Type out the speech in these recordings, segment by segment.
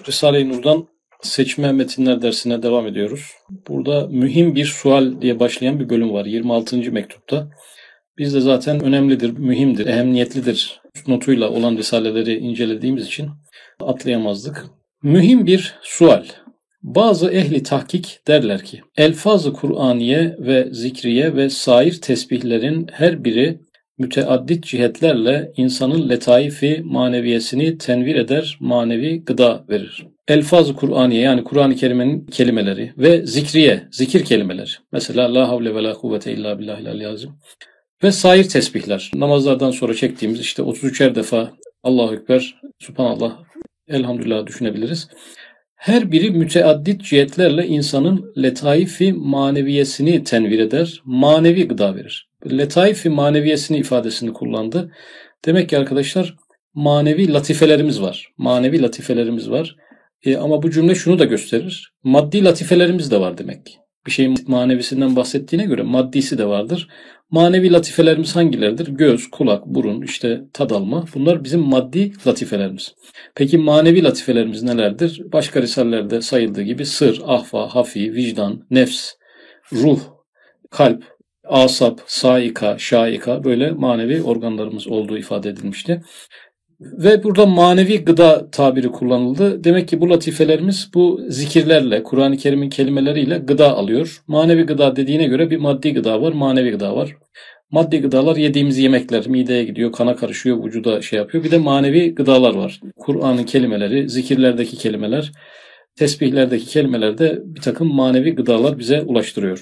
Risale-i Nur'dan seçme metinler dersine devam ediyoruz. Burada mühim bir sual diye başlayan bir bölüm var 26. mektupta. Biz de zaten önemlidir, mühimdir, ehemmiyetlidir notuyla olan risaleleri incelediğimiz için atlayamazdık. Mühim bir sual. Bazı ehli tahkik derler ki, elfaz-ı Kur'aniye ve zikriye ve sair tesbihlerin her biri müteaddit cihetlerle insanın letaifi maneviyesini tenvir eder, manevi gıda verir. Elfaz-ı Kur'aniye yani Kur'an-ı Kerim'in kelimeleri ve zikriye, zikir kelimeleri. Mesela la havle ve la kuvvete illa billahil aliyyazim. Ve sair tesbihler. Namazlardan sonra çektiğimiz işte 33'er defa Allahu Ekber, Subhanallah, Elhamdülillah düşünebiliriz. Her biri müteaddit cihetlerle insanın letaifi maneviyesini tenvir eder, manevi gıda verir. Letaifi maneviyesini ifadesini kullandı. Demek ki arkadaşlar manevi latifelerimiz var. Manevi latifelerimiz var. Ama bu cümle şunu da gösterir. Maddi latifelerimiz de var demek ki. Bir şeyin manevisinden bahsettiğine göre maddisi de vardır. Manevi latifelerimiz hangileridir? Göz, kulak, burun, işte tad alma. Bunlar bizim maddi latifelerimiz. Peki manevi latifelerimiz nelerdir? Başka risalelerde sayıldığı gibi sır, ahva, hafi, vicdan, nefs, ruh, kalp, asap, saika, şaika böyle manevi organlarımız olduğu ifade edilmişti. Ve burada manevi gıda tabiri kullanıldı. Demek ki bu latifelerimiz bu zikirlerle, Kur'an-ı Kerim'in kelimeleriyle gıda alıyor. Manevi gıda dediğine göre bir maddi gıda var, manevi gıda var. Maddi gıdalar yediğimiz yemekler, mideye gidiyor, kana karışıyor, vücuda şey yapıyor. Bir de manevi gıdalar var. Kur'an'ın kelimeleri, zikirlerdeki kelimeler, tesbihlerdeki kelimeler de bir takım manevi gıdalar bize ulaştırıyor.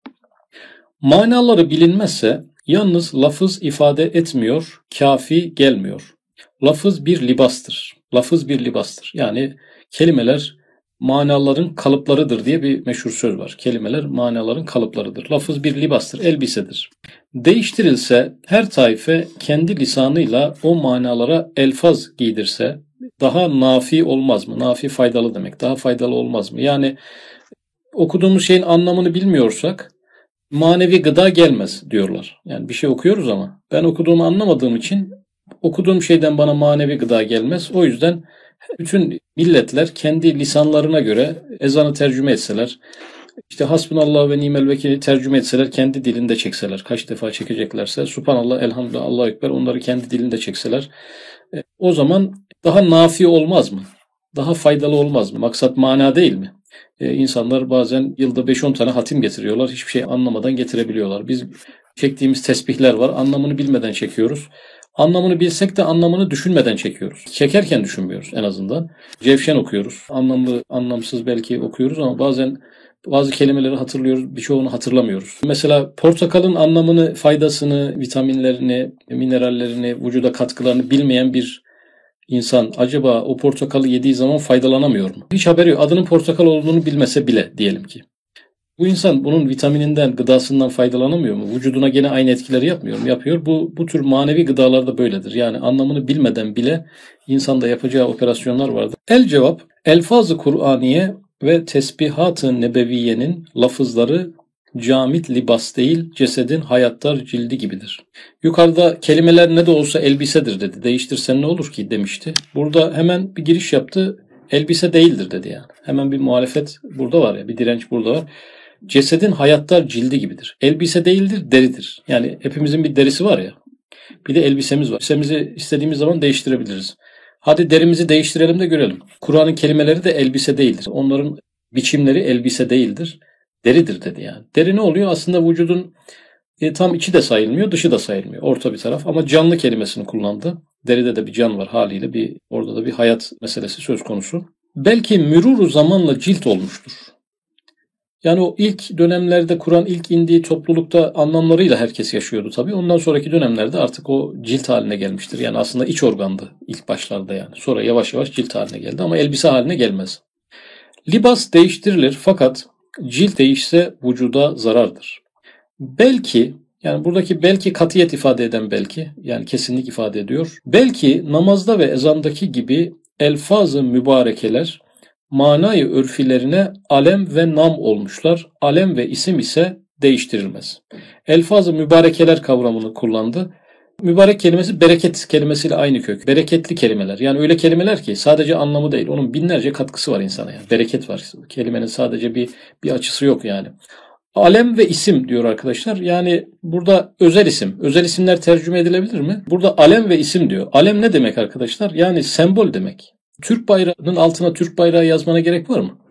Manaları bilinmezse yalnız lafız ifade etmiyor, kafi gelmiyor. Lafız bir libastır. Lafız bir libastır. Yani kelimeler manaların kalıplarıdır diye bir meşhur söz var. Kelimeler manaların kalıplarıdır. Lafız bir libastır, elbisedir. Değiştirilse her taife kendi lisanıyla o manalara elfaz giydirse daha nafi olmaz mı? Nafi faydalı demek. Daha faydalı olmaz mı? Yani okuduğumuz şeyin anlamını bilmiyorsak manevi gıda gelmez diyorlar. Yani bir şey okuyoruz ama ben okuduğumu anlamadığım için okuduğum şeyden bana manevi gıda gelmez. O yüzden bütün milletler kendi lisanlarına göre ezanı tercüme etseler, işte hasbunallah ve nimel vekili tercüme etseler, kendi dilinde çekseler, kaç defa çekeceklerse, Subhanallah, Elhamdülillah, Allahu Ekber onları kendi dilinde çekseler, o zaman daha nafi olmaz mı? Daha faydalı olmaz mı? Maksat mana değil mi? İnsanlar bazen yılda 5-10 tane hatim getiriyorlar. Hiçbir şey anlamadan getirebiliyorlar. Biz çektiğimiz tesbihler var. Anlamını bilmeden çekiyoruz. Anlamını bilsek de anlamını düşünmeden çekiyoruz. Çekerken düşünmüyoruz en azından. Cevşen okuyoruz. Anlamlı, anlamsız belki okuyoruz ama bazen bazı kelimeleri hatırlıyoruz, birçoğunu hatırlamıyoruz. Mesela portakalın anlamını, faydasını, vitaminlerini, minerallerini, vücuda katkılarını bilmeyen bir İnsan acaba o portakalı yediği zaman faydalanamıyor mu? Hiç haberi yok. Adının portakal olduğunu bilmese bile diyelim ki. Bu insan bunun vitamininden, gıdasından faydalanamıyor mu? Vücuduna gene aynı etkileri yapmıyor mu? Yapıyor. Bu tür manevi gıdalar da böyledir. Yani anlamını bilmeden bile insanda yapacağı operasyonlar vardır. El cevap, elfaz-ı Kur'aniye ve tesbihat-ı nebeviyenin lafızları camit libas değil, cesedin hayattar cildi gibidir. Yukarıda kelimeler ne de olsa elbisedir dedi. Değiştirsen ne olur ki demişti. Burada hemen bir giriş yaptı. Elbise değildir dedi yani. Hemen bir muhalefet burada var ya, bir direnç burada var. Cesedin hayattar cildi gibidir. Elbise değildir, deridir. Yani hepimizin bir derisi var ya. Bir de elbisemiz var. Elbisemizi istediğimiz zaman değiştirebiliriz. Hadi derimizi değiştirelim de görelim. Kur'an'ın kelimeleri de elbise değildir. Onların biçimleri elbise değildir. Deridir dedi yani. Deri ne oluyor? Aslında vücudun tam içi de sayılmıyor, dışı da sayılmıyor. Orta bir taraf ama canlı kelimesini kullandı. Deride de bir can var haliyle. Orada da bir hayat meselesi söz konusu. Belki müruru zamanla cilt olmuştur. Yani o ilk dönemlerde Kur'an ilk indiği toplulukta anlamlarıyla herkes yaşıyordu tabii. Ondan sonraki dönemlerde artık o cilt haline gelmiştir. Yani aslında iç organdı ilk başlarda yani. Sonra yavaş yavaş cilt haline geldi ama elbise haline gelmez. Libas değiştirilir fakat cilt değişse vücuda zarardır. Belki, yani buradaki belki katiyet ifade eden belki, yani kesinlik ifade ediyor. Belki namazda ve ezandaki gibi elfaz-ı mübarekeler manayı örfilerine alem ve nam olmuşlar. Alem ve isim ise değiştirilmez. Elfaz-ı mübarekeler kavramını kullandı. Mübarek kelimesi bereket kelimesiyle aynı kök. Bereketli kelimeler. Yani öyle kelimeler ki sadece anlamı değil. Onun binlerce katkısı var insana yani. Bereket var. Kelimenin sadece bir açısı yok yani. Alem ve isim diyor arkadaşlar. Yani burada özel isim. Özel isimler tercüme edilebilir mi? Burada alem ve isim diyor. Alem ne demek arkadaşlar? Yani sembol demek. Türk bayrağının altına Türk bayrağı yazmana gerek var mı?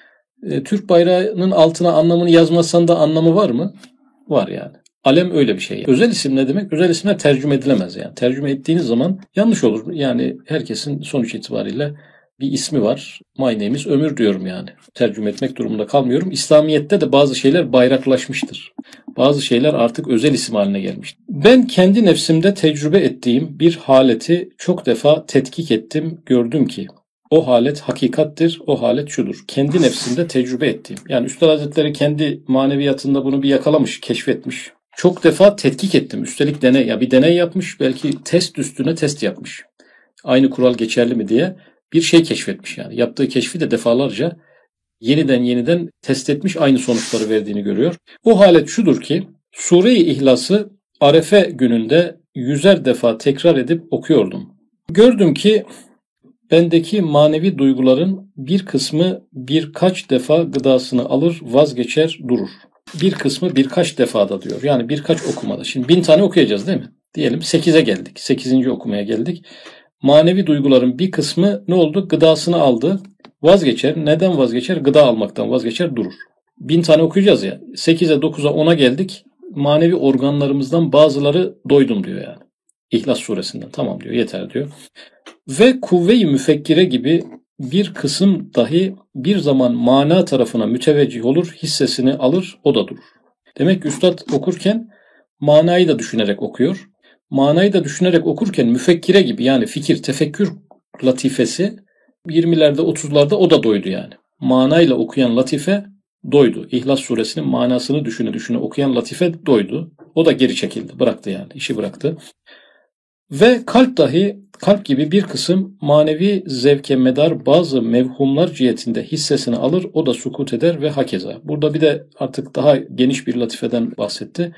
Türk bayrağının altına anlamını yazmazsan da anlamı var mı? Var yani. Alem öyle bir şey. Özel isim ne demek? Özel isimler tercüme edilemez yani. Tercüme ettiğiniz zaman yanlış olur. Yani herkesin sonuç itibariyle bir ismi var. My name is Ömür diyorum yani. Tercüme etmek durumunda kalmıyorum. İslamiyet'te de bazı şeyler bayraklaşmıştır. Bazı şeyler artık özel isim haline gelmiştir. Ben kendi nefsimde tecrübe ettiğim bir haleti çok defa tetkik ettim. Gördüm ki o halet hakikattir, o halet şudur. Kendi nefsimde tecrübe ettiğim. Yani Üstad Hazretleri kendi maneviyatında bunu bir yakalamış, keşfetmiş. Çok defa tetkik ettim. Üstelik deney, ya bir deney yapmış, belki test üstüne test yapmış. Aynı kural geçerli mi diye bir şey keşfetmiş yani. Yaptığı keşfi de defalarca yeniden test etmiş, aynı sonuçları verdiğini görüyor. O halet şudur ki, Sure-i İhlas'ı Arefe gününde 100'er defa tekrar edip okuyordum. Gördüm ki bendeki manevi duyguların bir kısmı birkaç defa gıdasını alır, vazgeçer, durur. Bir kısmı birkaç defada diyor. Yani birkaç okumada. Şimdi 1000 tane okuyacağız değil mi? Diyelim 8'e geldik. 8. okumaya geldik. Manevi duyguların bir kısmı ne oldu? Gıdasını aldı, vazgeçer. Neden vazgeçer? Gıda almaktan vazgeçer, durur. 1000 tane okuyacağız ya. 8'e, 9'a, 10'a geldik. Manevi organlarımızdan bazıları doydum diyor yani. İhlas suresinden. Tamam diyor, yeter diyor. Ve kuvve-i müfekkire gibi bir kısım dahi bir zaman mana tarafına müteveccih olur, hissesini alır, o da durur. Demek ki üstad okurken manayı da düşünerek okuyor. Manayı da düşünerek okurken müfekkire gibi, yani fikir, tefekkür latifesi 20'lerde 30'larda o da doydu yani. Manayla okuyan latife doydu. İhlas suresinin manasını düşüne okuyan latife doydu. O da geri çekildi, bıraktı yani, işi bıraktı. Ve kalp gibi bir kısım manevi zevke medar bazı mevhumlar cihetinde hissesini alır, o da sukut eder ve hakeza. Burada bir de artık daha geniş bir latifeden bahsetti.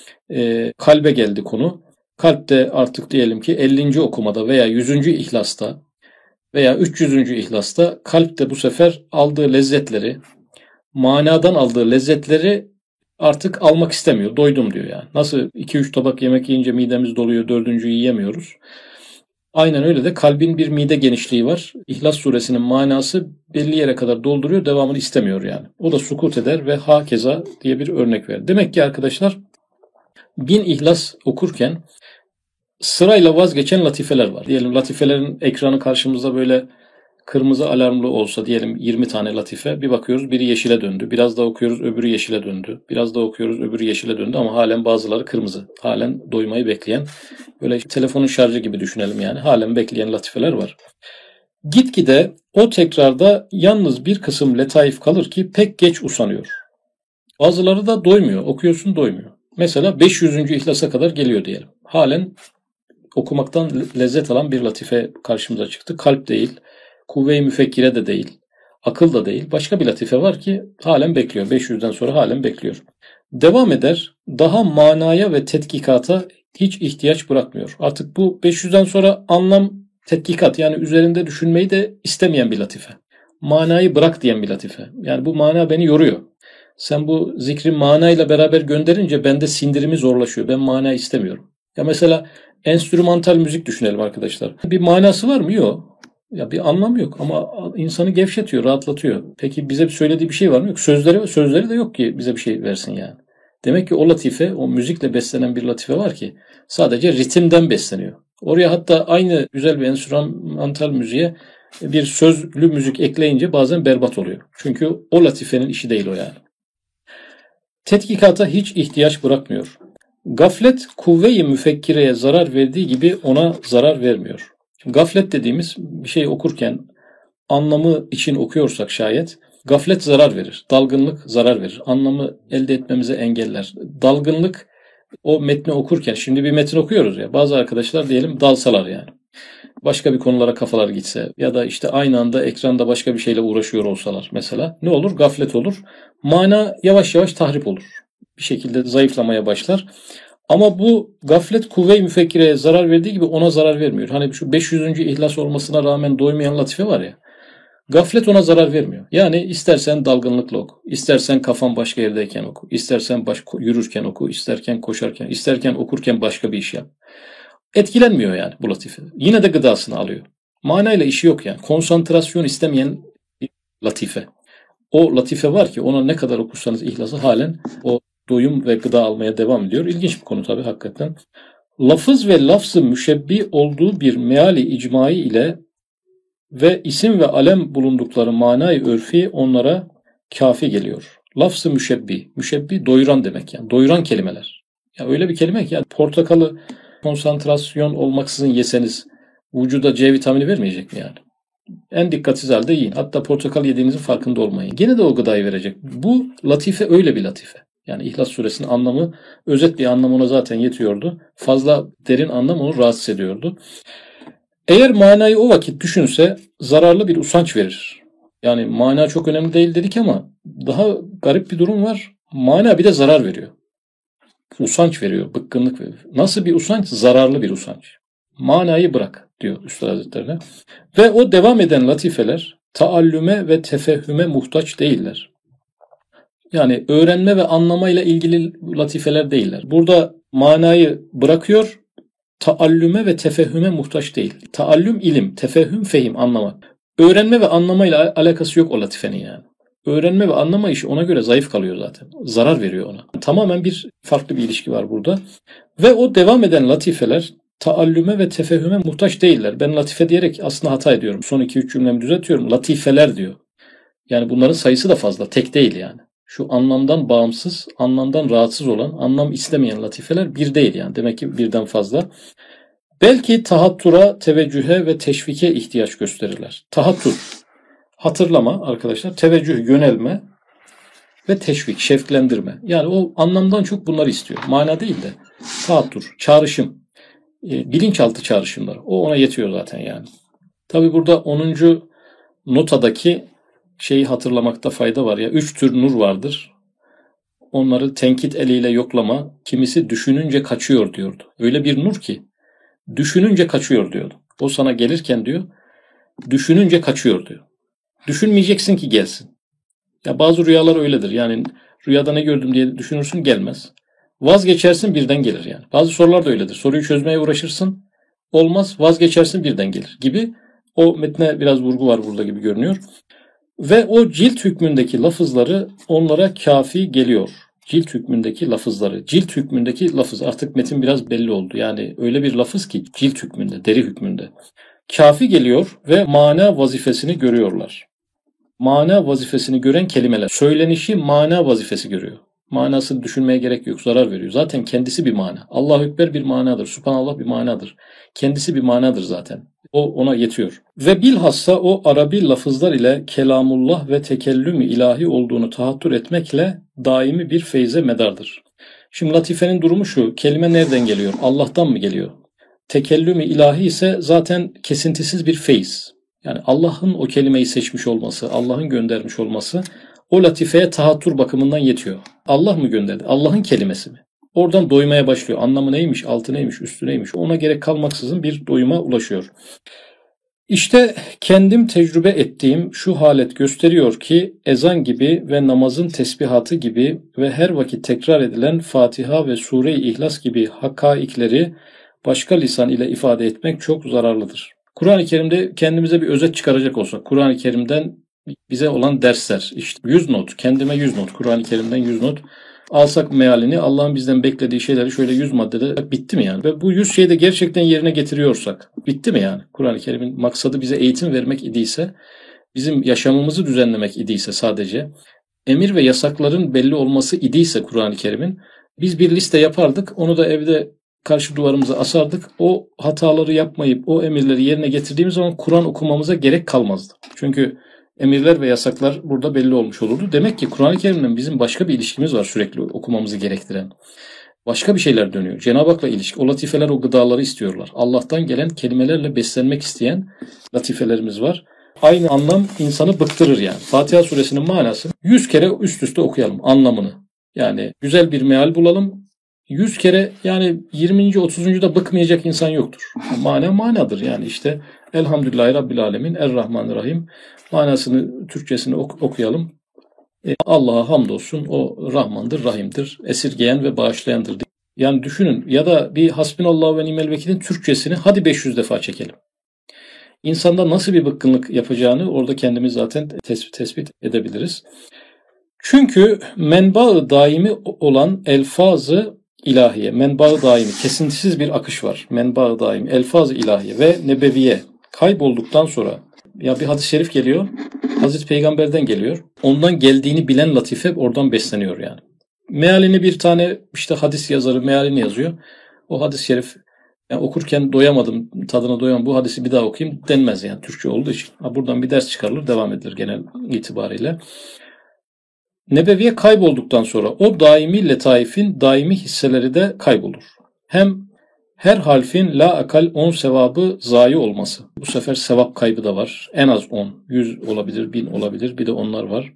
Kalbe geldi konu. Kalpte artık diyelim ki 50. okumada veya 100. ihlasta veya 300. ihlasta kalpte bu sefer aldığı lezzetleri, manadan aldığı lezzetleri artık almak istemiyor. Doydum diyor yani. Nasıl 2-3 tabak yemek yiyince midemiz doluyor, 4.'yü yiyemiyoruz. Aynen öyle de kalbin bir mide genişliği var. İhlas suresinin manası belli yere kadar dolduruyor, devamını istemiyor yani. O da sukut eder ve hakeza diye bir örnek ver. Demek ki arkadaşlar 1000 ihlas okurken sırayla vazgeçen latifeler var. Diyelim latifelerin ekranı karşımızda böyle kırmızı alarmlı olsa, diyelim 20 tane latife, bir bakıyoruz biri yeşile döndü. Biraz daha okuyoruz öbürü yeşile döndü. Biraz daha okuyoruz öbürü yeşile döndü ama halen bazıları kırmızı. Halen doymayı bekleyen, böyle telefonun şarjı gibi düşünelim yani. Halen bekleyen latifeler var. Gitgide o tekrarda yalnız bir kısım letaif kalır ki pek geç usanıyor. Bazıları da doymuyor. Okuyorsun doymuyor. Mesela 500. ihlasa kadar geliyor diyelim. Halen okumaktan lezzet alan bir latife karşımıza çıktı. Kalp değil, kuvve-i müfekkire de değil, akıl da değil. Başka bir latife var ki halen bekliyor. 500'den sonra halen bekliyor. Devam eder, daha manaya ve tetkikata hiç ihtiyaç bırakmıyor. Artık bu 500'den sonra anlam, tetkikat, yani üzerinde düşünmeyi de istemeyen bir latife. Manayı bırak diyen bir latife. Yani bu mana beni yoruyor. Sen bu zikri manayla beraber gönderince bende sindirimi zorlaşıyor. Ben mana istemiyorum. Ya mesela enstrümantal müzik düşünelim arkadaşlar. Bir manası var mı? Yok. Ya bir anlam yok ama insanı gevşetiyor, rahatlatıyor. Peki bize söylediği bir şey var mı? Yok. Sözleri de yok ki bize bir şey versin yani. Demek ki o latife, o müzikle beslenen bir latife var ki sadece ritimden besleniyor. Oraya hatta aynı güzel bir enstrümantal müziğe bir sözlü müzik ekleyince bazen berbat oluyor. Çünkü o latifenin işi değil o yani. Tetkikata hiç ihtiyaç bırakmıyor. Gaflet kuvve-i müfekkireye zarar verdiği gibi ona zarar vermiyor. Gaflet dediğimiz bir şey okurken anlamı için okuyorsak şayet gaflet zarar verir. Dalgınlık zarar verir. Anlamı elde etmemize engeller. Dalgınlık o metni okurken, şimdi bir metin okuyoruz ya, bazı arkadaşlar diyelim dalsalar yani. Başka bir konulara kafalar gitse ya da işte aynı anda ekranda başka bir şeyle uğraşıyor olsalar mesela ne olur? Gaflet olur. Mana yavaş yavaş tahrip olur. Bir şekilde zayıflamaya başlar. Ama bu gaflet kuvve-i müfekkireye zarar verdiği gibi ona zarar vermiyor. Hani şu 500. ihlas olmasına rağmen doymayan latife var ya. Gaflet ona zarar vermiyor. Yani istersen dalgınlıkla oku, istersen kafan başka yerdeyken oku, istersen yürürken oku, isterken koşarken, isterken okurken başka bir iş yap. Etkilenmiyor yani bu latife. Yine de gıdasını alıyor. Manayla işi yok yani. Konsantrasyon istemeyen bir latife. O latife var ki ona ne kadar okursanız ihlası halen o doyum ve gıda almaya devam ediyor. İlginç bir konu tabii hakikaten. Lafız ve lafzı müşebbi olduğu bir meali icmai ile ve isim ve alem bulundukları manayı örfi onlara kafi geliyor. Lafz-ı müşebbi. Müşebbi doyuran demek yani. Doyuran kelimeler. Ya öyle bir kelime ki yani portakalı konsantrasyon olmaksızın yeseniz vücuda C vitamini vermeyecek mi yani? En dikkatsiz halde yiyin. Hatta portakal yediğinizin farkında olmayın. Gene de o gıdayı verecek. Bu latife öyle bir latife. Yani İhlas Suresinin anlamı, özet bir anlam ona zaten yetiyordu. Fazla derin anlam onu rahatsız ediyordu. Eğer manayı o vakit düşünse zararlı bir usanç verir. Yani mana çok önemli değil dedik ama daha garip bir durum var. Mana bir de zarar veriyor. Usanç veriyor, bıkkınlık veriyor. Nasıl bir usanç? Zararlı bir usanç. Manayı bırak diyor Üstad Hazretlerine. Ve o devam eden latifeler taallüme ve tefehüme muhtaç değiller. Yani öğrenme ve anlamayla ilgili latifeler değiller. Burada manayı bırakıyor, taallüme ve tefehüme muhtaç değil. Taallüm ilim, tefehüm fehim, anlamak. Öğrenme ve anlamayla alakası yok o latifenin yani. Öğrenme ve anlama işi ona göre zayıf kalıyor zaten. Zarar veriyor ona. Tamamen bir farklı bir ilişki var burada. Ve o devam eden latifeler taallüme ve tefehüme muhtaç değiller. Ben latife diyerek aslında hata ediyorum. Son 2-3 cümlemi düzeltiyorum. Latifeler diyor. Yani bunların sayısı da fazla. Tek değil yani. Şu anlamdan bağımsız, anlamdan rahatsız olan, anlam istemeyen latifeler bir değil yani. Demek ki birden fazla. Belki tahattura, teveccühe ve teşvike ihtiyaç gösterirler. Tahattur, hatırlama arkadaşlar. Teveccüh, yönelme ve teşvik, şevklendirme. Yani o anlamdan çok bunları istiyor. Mana değil de tahattur, çağrışım, bilinçaltı çağrışımları. O ona yetiyor zaten yani. Tabi burada 10. notadaki şeyi hatırlamakta fayda var ya. 3 tür nur vardır. Onları tenkit eliyle yoklama. Kimisi düşününce kaçıyor diyordu. Öyle bir nur ki düşününce kaçıyor diyordu. O sana gelirken diyor, düşününce kaçıyor diyor. Düşünmeyeceksin ki gelsin. Ya bazı rüyalar öyledir. Yani rüyada ne gördüm diye düşünürsün, gelmez. Vazgeçersin, birden gelir yani. Bazı sorular da öyledir. Soruyu çözmeye uğraşırsın, olmaz, vazgeçersin, birden gelir gibi. O metne biraz vurgu var burada gibi görünüyor. Ve o cilt hükmündeki lafızları onlara kafi geliyor. Cilt hükmündeki lafızları. Cilt hükmündeki lafız. Artık metin biraz belli oldu. Yani öyle bir lafız ki cilt hükmünde, deri hükmünde. Kafi geliyor ve mana vazifesini görüyorlar. Mana vazifesini gören kelimeler. Söylenişi mana vazifesi görüyor. Manasını düşünmeye gerek yok. Zarar veriyor. Zaten kendisi bir mana. Allahu Ekber bir manadır. Subhanallah bir manadır. Kendisi bir manadır zaten. O ona yetiyor. Ve bilhassa o Arabi lafızlar ile kelamullah ve tekellüm-i ilahi olduğunu tahattür etmekle daimi bir feyze medardır. Şimdi latifenin durumu şu. Kelime nereden geliyor? Allah'tan mı geliyor? Tekellüm-i ilahi ise zaten kesintisiz bir feyiz. Yani Allah'ın o kelimeyi seçmiş olması, Allah'ın göndermiş olması o latifeye tahattür bakımından yetiyor. Allah mı gönderdi? Allah'ın kelimesi mi? Oradan doymaya başlıyor. Anlamı neymiş, altı neymiş, üstü neymiş? Ona gerek kalmaksızın bir doyuma ulaşıyor. İşte kendim tecrübe ettiğim şu halet gösteriyor ki ezan gibi ve namazın tesbihatı gibi ve her vakit tekrar edilen Fatiha ve Sure-i İhlas gibi hakaikleri başka lisan ile ifade etmek çok zararlıdır. Kur'an-ı Kerim'de kendimize bir özet çıkaracak olsak, Kur'an-ı Kerim'den bize olan dersler, işte 100 not, kendime 100 not, Kur'an-ı Kerim'den 100 not alsak mealini, Allah'ın bizden beklediği şeyleri şöyle 100 maddede bitti mi yani? Ve bu 100 şeyi de gerçekten yerine getiriyorsak bitti mi yani? Kur'an-ı Kerim'in maksadı bize eğitim vermek idiyse, bizim yaşamımızı düzenlemek idiyse sadece, emir ve yasakların belli olması idiyse Kur'an-ı Kerim'in, biz bir liste yapardık, onu da evde karşı duvarımıza asardık. O hataları yapmayıp o emirleri yerine getirdiğimiz zaman Kur'an okumamıza gerek kalmazdı. Çünkü emirler ve yasaklar burada belli olmuş olurdu. Demek ki Kur'an-ı Kerim'le bizim başka bir ilişkimiz var sürekli okumamızı gerektiren. Başka bir şeyler dönüyor. Cenab-ı Hak'la ilişki. O latifeler o gıdaları istiyorlar. Allah'tan gelen kelimelerle beslenmek isteyen latifelerimiz var. Aynı anlam insanı bıktırır yani. Fatiha suresinin manası 100 kere üst üste okuyalım anlamını. Yani güzel bir meal bulalım. 100 kere yani 20. 30. da bıkmayacak insan yoktur. Mana manadır yani işte Elhamdülillahi Rabbil Alemin Errahmanirrahim manasını Türkçesini okuyalım. Allah'a hamdolsun o Rahmandır, Rahim'dir, esirgeyen ve bağışlayandır. Yani düşünün ya da bir Hasbinallahu ve nimel vekilin Türkçesini hadi 500 defa çekelim. İnsanda nasıl bir bıkkınlık yapacağını orada kendimiz zaten tespit edebiliriz. Çünkü menba-ı daimi olan elfaz-ı ilahiye, menba-ı daimi, kesintisiz bir akış var. Menba-ı daimi, elfaz-ı ilahiye ve nebeviye kaybolduktan sonra ya bir hadis-i şerif geliyor, Hazreti Peygamber'den geliyor. Ondan geldiğini bilen latife oradan besleniyor yani. Mealini bir tane işte hadis yazarı mealini yazıyor. O hadis-i şerif yani okurken doyamadım, tadına doyamadım, bu hadisi bir daha okuyayım denmez yani Türkçe olduğu için. Buradan bir ders çıkarılır, devam edilir genel itibariyle. Nebeviye kaybolduktan sonra o daimi letaifin daimi hisseleri de kaybolur. Hem her harfin la akal 10 sevabı zayi olması. Bu sefer sevap kaybı da var. En az 10, 100 olabilir, 1000 olabilir. Bir de onlar var.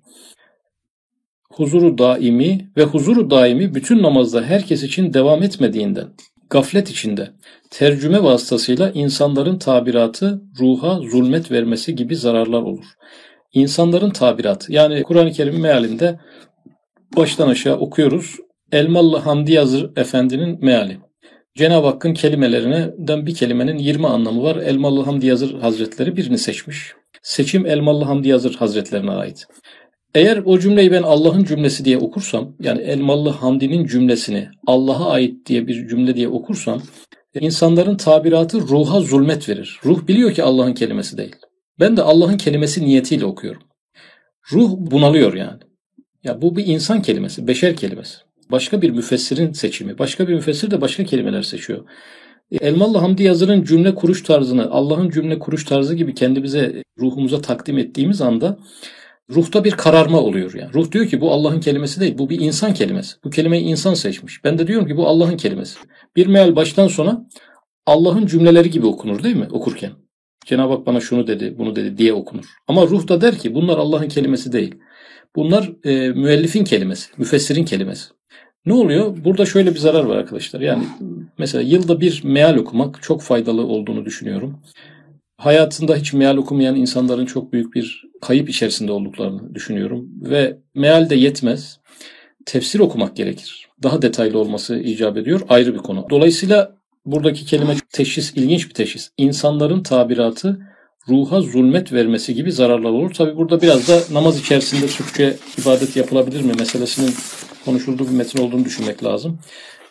Huzuru daimi ve huzuru daimi bütün namazda herkes için devam etmediğinden, gaflet içinde, tercüme vasıtasıyla insanların tabiratı ruha zulmet vermesi gibi zararlar olur. İnsanların tabiratı yani Kur'an-ı Kerim mealinde baştan aşağı okuyoruz. Elmalı Hamdi Yazır Efendi'nin meali. Cenab-ı Hakk'ın kelimelerinden bir kelimenin 20 anlamı var. Elmalı Hamdi Yazır Hazretleri birini seçmiş. Seçim Elmalı Hamdi Yazır Hazretlerine ait. Eğer o cümleyi ben Allah'ın cümlesi diye okursam, yani Elmalı Hamdi'nin cümlesini Allah'a ait diye bir cümle diye okursam, insanların tabiratı ruha zulmet verir. Ruh biliyor ki Allah'ın kelimesi değil. Ben de Allah'ın kelimesi niyetiyle okuyorum. Ruh bunalıyor yani. Ya bu bir insan kelimesi, beşer kelimesi. Başka bir müfessirin seçimi. Başka bir müfessir de başka kelimeler seçiyor. Elmalı Hamdi Yazır'ın cümle kuruş tarzını Allah'ın cümle kuruş tarzı gibi kendimize, ruhumuza takdim ettiğimiz anda ruhta bir kararma oluyor yani. Ruh diyor ki bu Allah'ın kelimesi değil, bu bir insan kelimesi. Bu kelimeyi insan seçmiş. Ben de diyorum ki bu Allah'ın kelimesi. Bir meal baştan sona Allah'ın cümleleri gibi okunur değil mi okurken? Cenab-ı Hak bana şunu dedi, bunu dedi diye okunur. Ama ruh da der ki bunlar Allah'ın kelimesi değil. Bunlar müellifin kelimesi, müfessirin kelimesi. Ne oluyor? Burada şöyle bir zarar var arkadaşlar. Yani mesela yılda bir meal okumak çok faydalı olduğunu düşünüyorum. Hayatında hiç meal okumayan insanların çok büyük bir kayıp içerisinde olduklarını düşünüyorum. Ve meal de yetmez. Tefsir okumak gerekir. Daha detaylı olması icap ediyor. Ayrı bir konu. Dolayısıyla buradaki kelime teşhis, ilginç bir teşhis. İnsanların tabiratı ruha zulmet vermesi gibi zararlar olur. Tabi burada biraz da namaz içerisinde Türkçe ibadet yapılabilir mi meselesinin konuşulduğu bir metin olduğunu düşünmek lazım.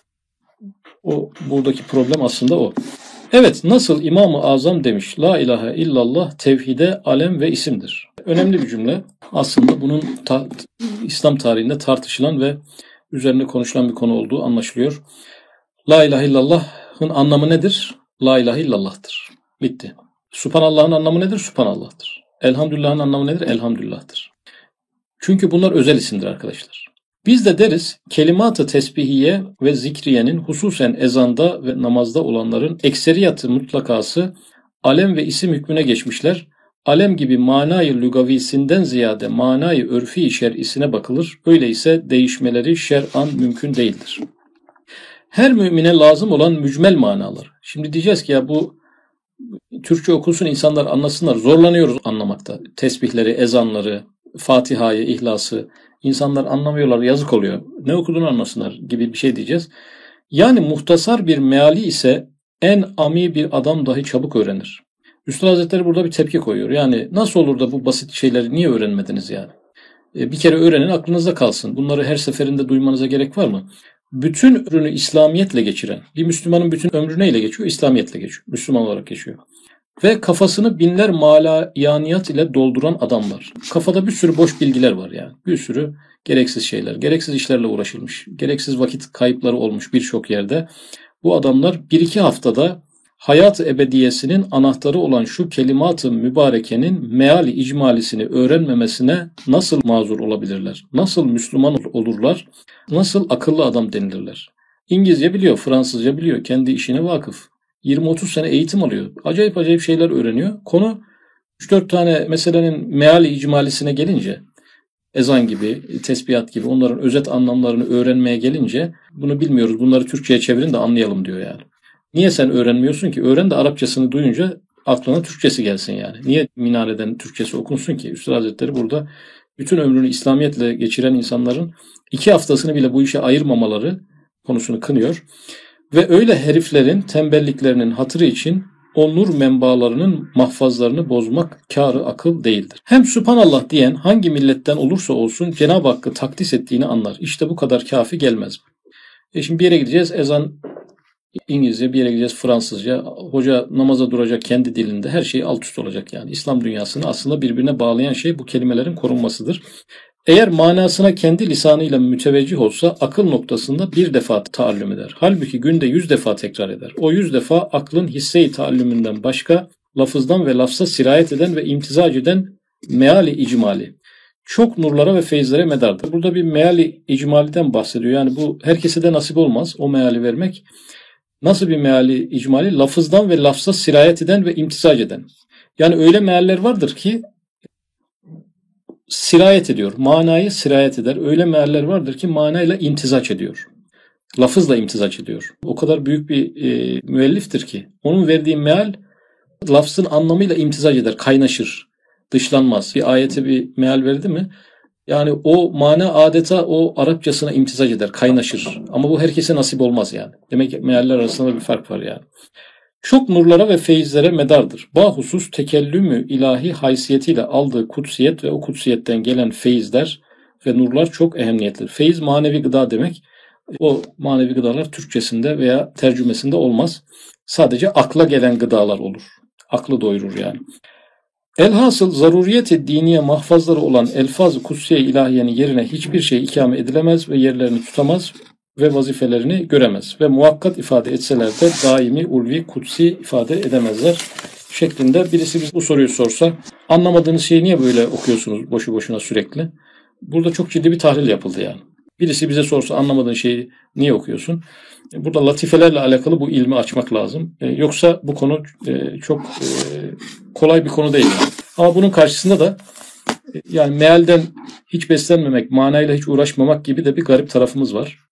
Buradaki problem aslında o. Evet, nasıl İmam-ı Azam demiş, La ilahe illallah tevhide alem ve isimdir. Önemli bir cümle. Aslında bunun İslam tarihinde tartışılan ve üzerine konuşulan bir konu olduğu anlaşılıyor. La ilahe illallah'ın anlamı nedir? La ilahe illallah'tır. Bitti. Subhanallah'ın anlamı nedir? Subhanallah'tır. Elhamdülillah'ın anlamı nedir? Elhamdülillah'tır. Çünkü bunlar özel isimdir arkadaşlar. Biz de deriz kelimat-ı tesbihiye ve zikriyenin hususen ezanda ve namazda olanların ekseriyatı mutlakası alem ve isim hükmüne geçmişler. Alem gibi manayı lügavisinden ziyade manayı örfi şer'isine bakılır. Öyleyse değişmeleri şer'an mümkün değildir. Her mümine lazım olan mücmel manalar. Şimdi diyeceğiz ki ya bu Türkçe okunsun insanlar anlasınlar. Zorlanıyoruz anlamakta. Tesbihleri, ezanları, Fatiha'yı, İhlas'ı. İnsanlar anlamıyorlar, yazık oluyor. Ne okuduğunu anlasınlar gibi bir şey diyeceğiz. Yani muhtasar bir meali ise en ami bir adam dahi çabuk öğrenir. Üstad Hazretleri burada bir tepki koyuyor. Yani nasıl olur da bu basit şeyleri niye öğrenmediniz yani? Bir kere öğrenin aklınızda kalsın. Bunları her seferinde duymanıza gerek var mı? Bütün ömrünü İslamiyetle geçiren, bir Müslümanın bütün ömrü neyle geçiyor? İslamiyetle geçiyor. Müslüman olarak geçiyor. Ve kafasını binler malayaniyat ile dolduran adamlar. Kafada bir sürü boş bilgiler var yani. Bir sürü gereksiz şeyler, gereksiz işlerle uğraşılmış, gereksiz vakit kayıpları olmuş birçok yerde. Bu adamlar 1-2 haftada hayat-ı ebediyesinin anahtarı olan şu kelimat-ı mübarekenin meali icmalisini öğrenmemesine nasıl mazur olabilirler? Nasıl Müslüman olurlar? Nasıl akıllı adam denilirler? İngilizce biliyor, Fransızca biliyor, kendi işine vakıf. 20-30 sene eğitim alıyor. Acayip şeyler öğreniyor. Konu 3-4 tane meselenin meali icmalisine gelince ezan gibi, tesbihat gibi onların özet anlamlarını öğrenmeye gelince bunu bilmiyoruz. Bunları Türkçe'ye çevirin de anlayalım diyor yani. Niye sen öğrenmiyorsun ki? Öğren de Arapçasını duyunca aklına Türkçesi gelsin yani. Niye minareden Türkçesi okunsun ki? Üstad Hazretleri burada bütün ömrünü İslamiyetle geçiren insanların 2 haftasını bile bu işe ayırmamaları konusunu kınıyor. Ve öyle heriflerin tembelliklerinin hatırı için o nur menbaalarının mahfazlarını bozmak kârı akıl değildir. Hem Sübhanallah diyen hangi milletten olursa olsun Cenab-ı Hakk'ı takdis ettiğini anlar. İşte bu kadar kafi gelmez. Şimdi bir yere gideceğiz, ezan İngilizce, bir yere gideceğiz Fransızca. Hoca namaza duracak kendi dilinde, her şey alt üst olacak yani. İslam dünyasını aslında birbirine bağlayan şey bu kelimelerin korunmasıdır. Eğer manasına kendi lisanıyla müteveccih olsa akıl noktasında bir defa taallüm eder. Halbuki günde 100 defa tekrar eder. O 100 defa aklın hisse-i taallümünden başka lafızdan ve lafza sirayet eden ve imtizac eden meali icmali. Çok nurlara ve feyizlere medardır. Burada bir meali icmaliden bahsediyor. Yani bu herkese de nasip olmaz o meali vermek. Nasıl bir meali icmali? Lafızdan ve lafza sirayet eden ve imtizac eden. Yani öyle mealler vardır ki sirayet ediyor. Manayı sirayet eder. Öyle mealler vardır ki manayla imtizaç ediyor. Lafızla imtizaç ediyor. O kadar büyük bir müelliftir ki onun verdiği meal lafzın anlamıyla imtizaç eder. Kaynaşır. Dışlanmaz. Bir ayete bir meal verdi mi? Yani o mana adeta o Arapçasına imtizac eder. Kaynaşır. Ama bu herkese nasip olmaz yani. Demek ki mealler arasında bir fark var yani. Çok nurlara ve feyizlere medardır. Bahusus tekellümü ilahi haysiyetiyle aldığı kutsiyet ve o kutsiyetten gelen feyizler ve nurlar çok ehemmiyetlidir. Feyiz manevi gıda demek. O manevi gıdalar Türkçesinde veya tercümesinde olmaz. Sadece akla gelen gıdalar olur. Aklı doyurur yani. Elhasıl zaruriyeti diniye mahfazları olan elfaz-ı kutsiye ilahiyenin yerine hiçbir şey ikame edilemez ve yerlerini tutamaz ve vazifelerini göremez ve muhakkat ifade etseler de daimi, ulvi, kutsi ifade edemezler şeklinde birisi bize bu soruyu sorsa anlamadığınız şeyi niye böyle okuyorsunuz boşu boşuna sürekli? Burada çok ciddi bir tahlil yapıldı yani. Birisi bize sorsa anlamadığın şeyi niye okuyorsun? Burada latifelerle alakalı bu ilmi açmak lazım. Yoksa bu konu çok kolay bir konu değil. Yani. Ama bunun karşısında da yani mealden hiç beslenmemek, manayla hiç uğraşmamak gibi de bir garip tarafımız var.